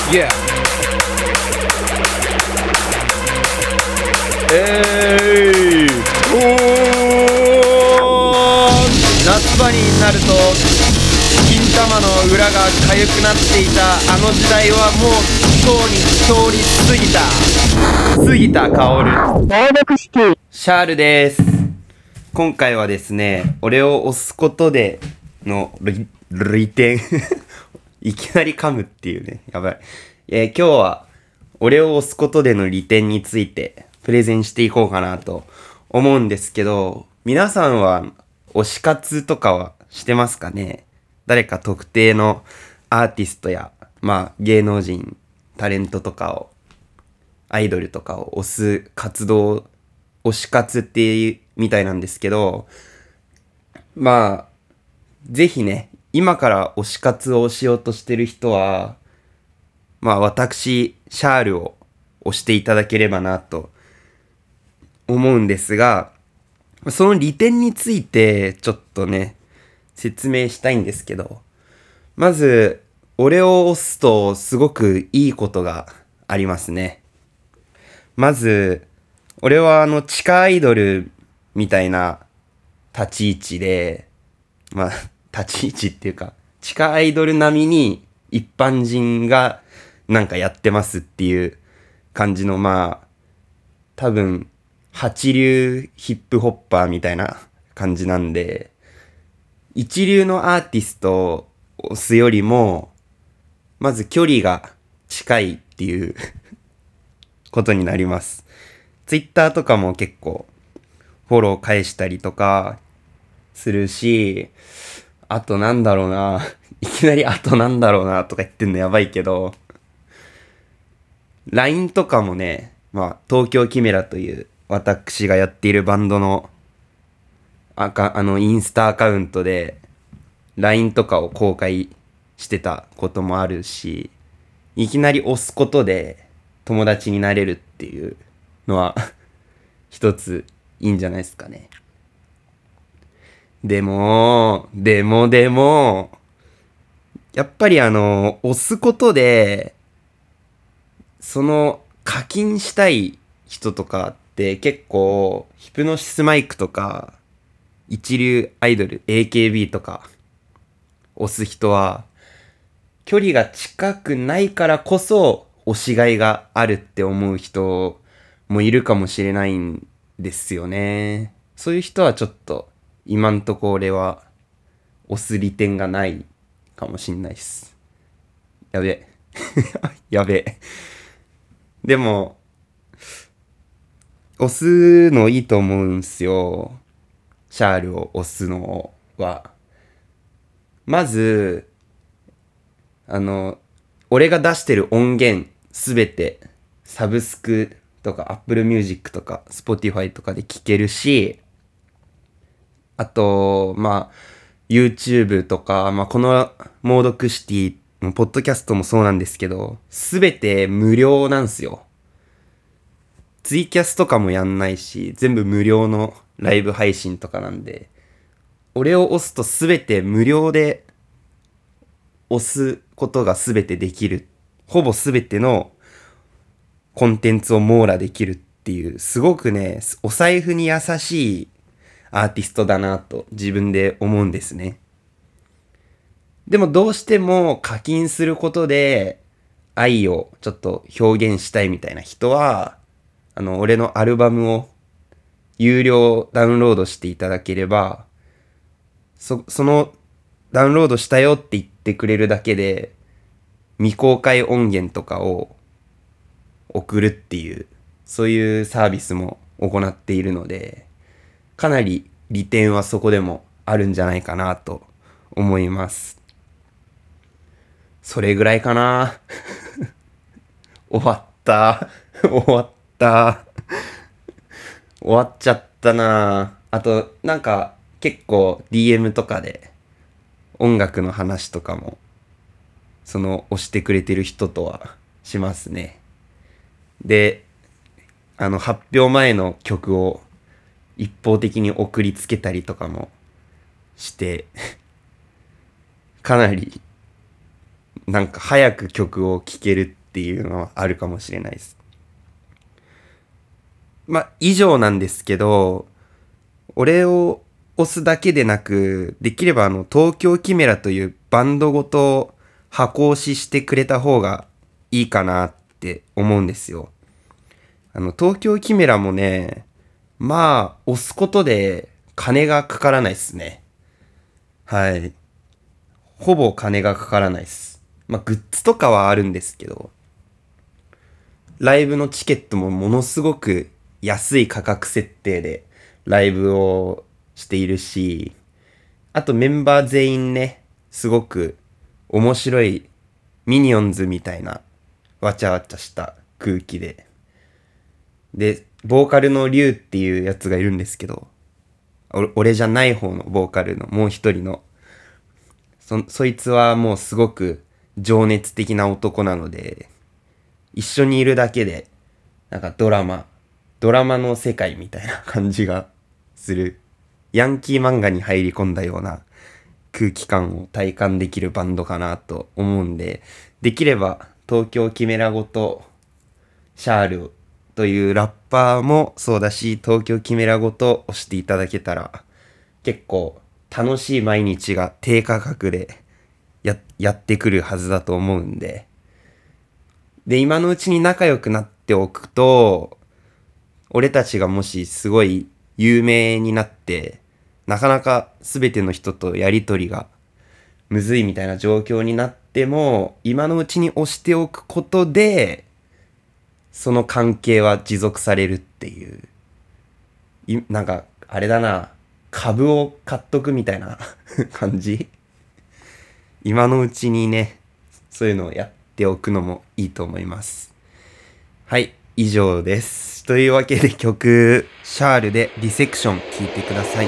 Yeah. おー、夏場になると金玉の裏が痒くなっていたあの時代はもうとうに通り過ぎたシャールです。今回はですね、俺を押すことでの利点いきなり噛むっていうね、やばい。今日は俺を押すことでの利点についてプレゼンしていこうかなと思うんですけど、皆さんは推し活とかはしてますかね？誰か特定のアーティストや、芸能人、タレントとかを、アイドルとかを推す活動、推し活っていうみたいなんですけど、ぜひね、今から推し活をしようとしてる人は、私、シャールを推していただければなと思うんですが、その利点についてちょっとね、説明したいんですけど、まず、俺を推すとすごくいいことがありますね。まず、俺は地下アイドルみたいな立ち位置で、立ち位置っていうか、地下アイドル並みに一般人がなんかやってますっていう感じの、多分、八流ヒップホッパーみたいな感じなんで、一流のアーティストを推すよりも、まず距離が近いっていうことになります。ツイッターとかも結構フォロー返したりとかするし、あとなんだろうな、いきなりあとなんだろうなとか言ってんのやばいけど、LINE とかもね、東京キメラという私がやっているバンドのインスタアカウントで LINE とかを公開してたこともあるし、いきなり押すことで友達になれるっていうのは一ついいんじゃないですかね。でも、やっぱり押すことで、その課金したい人とかって結構、ヒプノシスマイクとか、一流アイドル、AKB とか、押す人は、距離が近くないからこそ、推しがいがあるって思う人もいるかもしれないんですよね。そういう人はちょっと、今んとこ俺は、押す利点がないかもしんないっす。やべえ。やべえ。でも、押すのいいと思うんすよ。シャールを押すのは。まず、俺が出してる音源すべてサブスクとか Apple Music とか Spotify とかで聴けるし、あと、YouTube とか、このモードクシティのポッドキャストもそうなんですけど、すべて無料なんすよ。ツイキャスとかもやんないし、全部無料のライブ配信とかなんで、俺を押すとすべて無料で押すことがすべてできる。ほぼすべてのコンテンツを網羅できるっていう、すごくね、お財布に優しいアーティストだなと自分で思うんですね。でもどうしても課金することで愛をちょっと表現したいみたいな人は、俺のアルバムを有料ダウンロードしていただければ、そのダウンロードしたよって言ってくれるだけで、未公開音源とかを送るっていう、そういうサービスも行っているので、かなり利点はそこでもあるんじゃないかなと思います。それぐらいかな。終わった。終わった。終わっちゃったな。あと、結構 DM とかで音楽の話とかも、推してくれてる人とはしますね。で、発表前の曲を一方的に送りつけたりとかもして、かなり、早く曲を聴けるっっていうのはあるかもしれないです。以上なんですけど、俺を押すだけでなく、できれば東京キメラというバンドごと箱押ししてくれた方がいいかなって思うんですよ。東京キメラもね、押すことで金がかからないっすね。はい。ほぼ金がかからないっす。グッズとかはあるんですけど、ライブのチケットもものすごく安い価格設定でライブをしているし、あとメンバー全員ね、すごく面白いミニオンズみたいなわちゃわちゃした空気で。で、ボーカルのリュウっていうやつがいるんですけど、俺じゃない方のボーカルのもう一人の、そいつはもうすごく情熱的な男なので、一緒にいるだけで、なんかドラマの世界みたいな感じがする。ヤンキー漫画に入り込んだような空気感を体感できるバンドかなと思うんで、できれば東京キメラごとシャールというラッパーもそうだし、東京キメラごと押していただけたら、結構楽しい毎日が低価格でやってくるはずだと思うんで、で、今のうちに仲良くなっておくと、俺たちがもしすごい有名になって、なかなか全ての人とやりとりがむずいみたいな状況になっても、今のうちに押しておくことで、その関係は持続されるっていう。なんか、あれだな、株を買っとくみたいな感じ。今のうちにね、そういうのをやっておくのもいいと思います。はい、以上です。というわけで曲、シャールでディセクション聴いてください。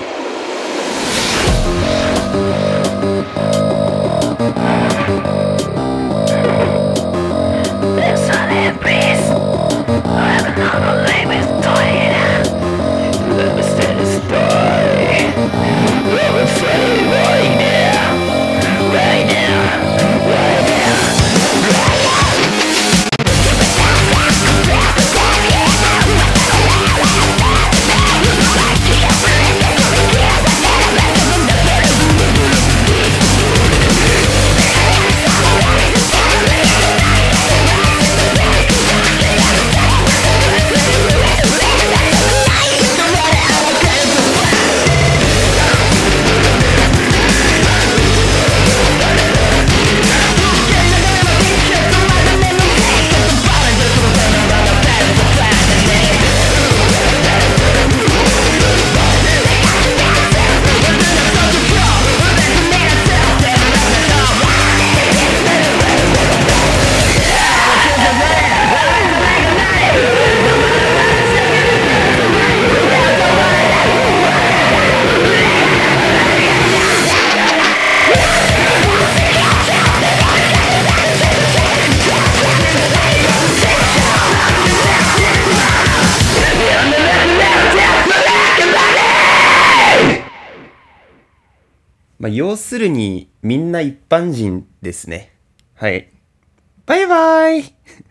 要するにみんな一般人ですね。はい。バイバイ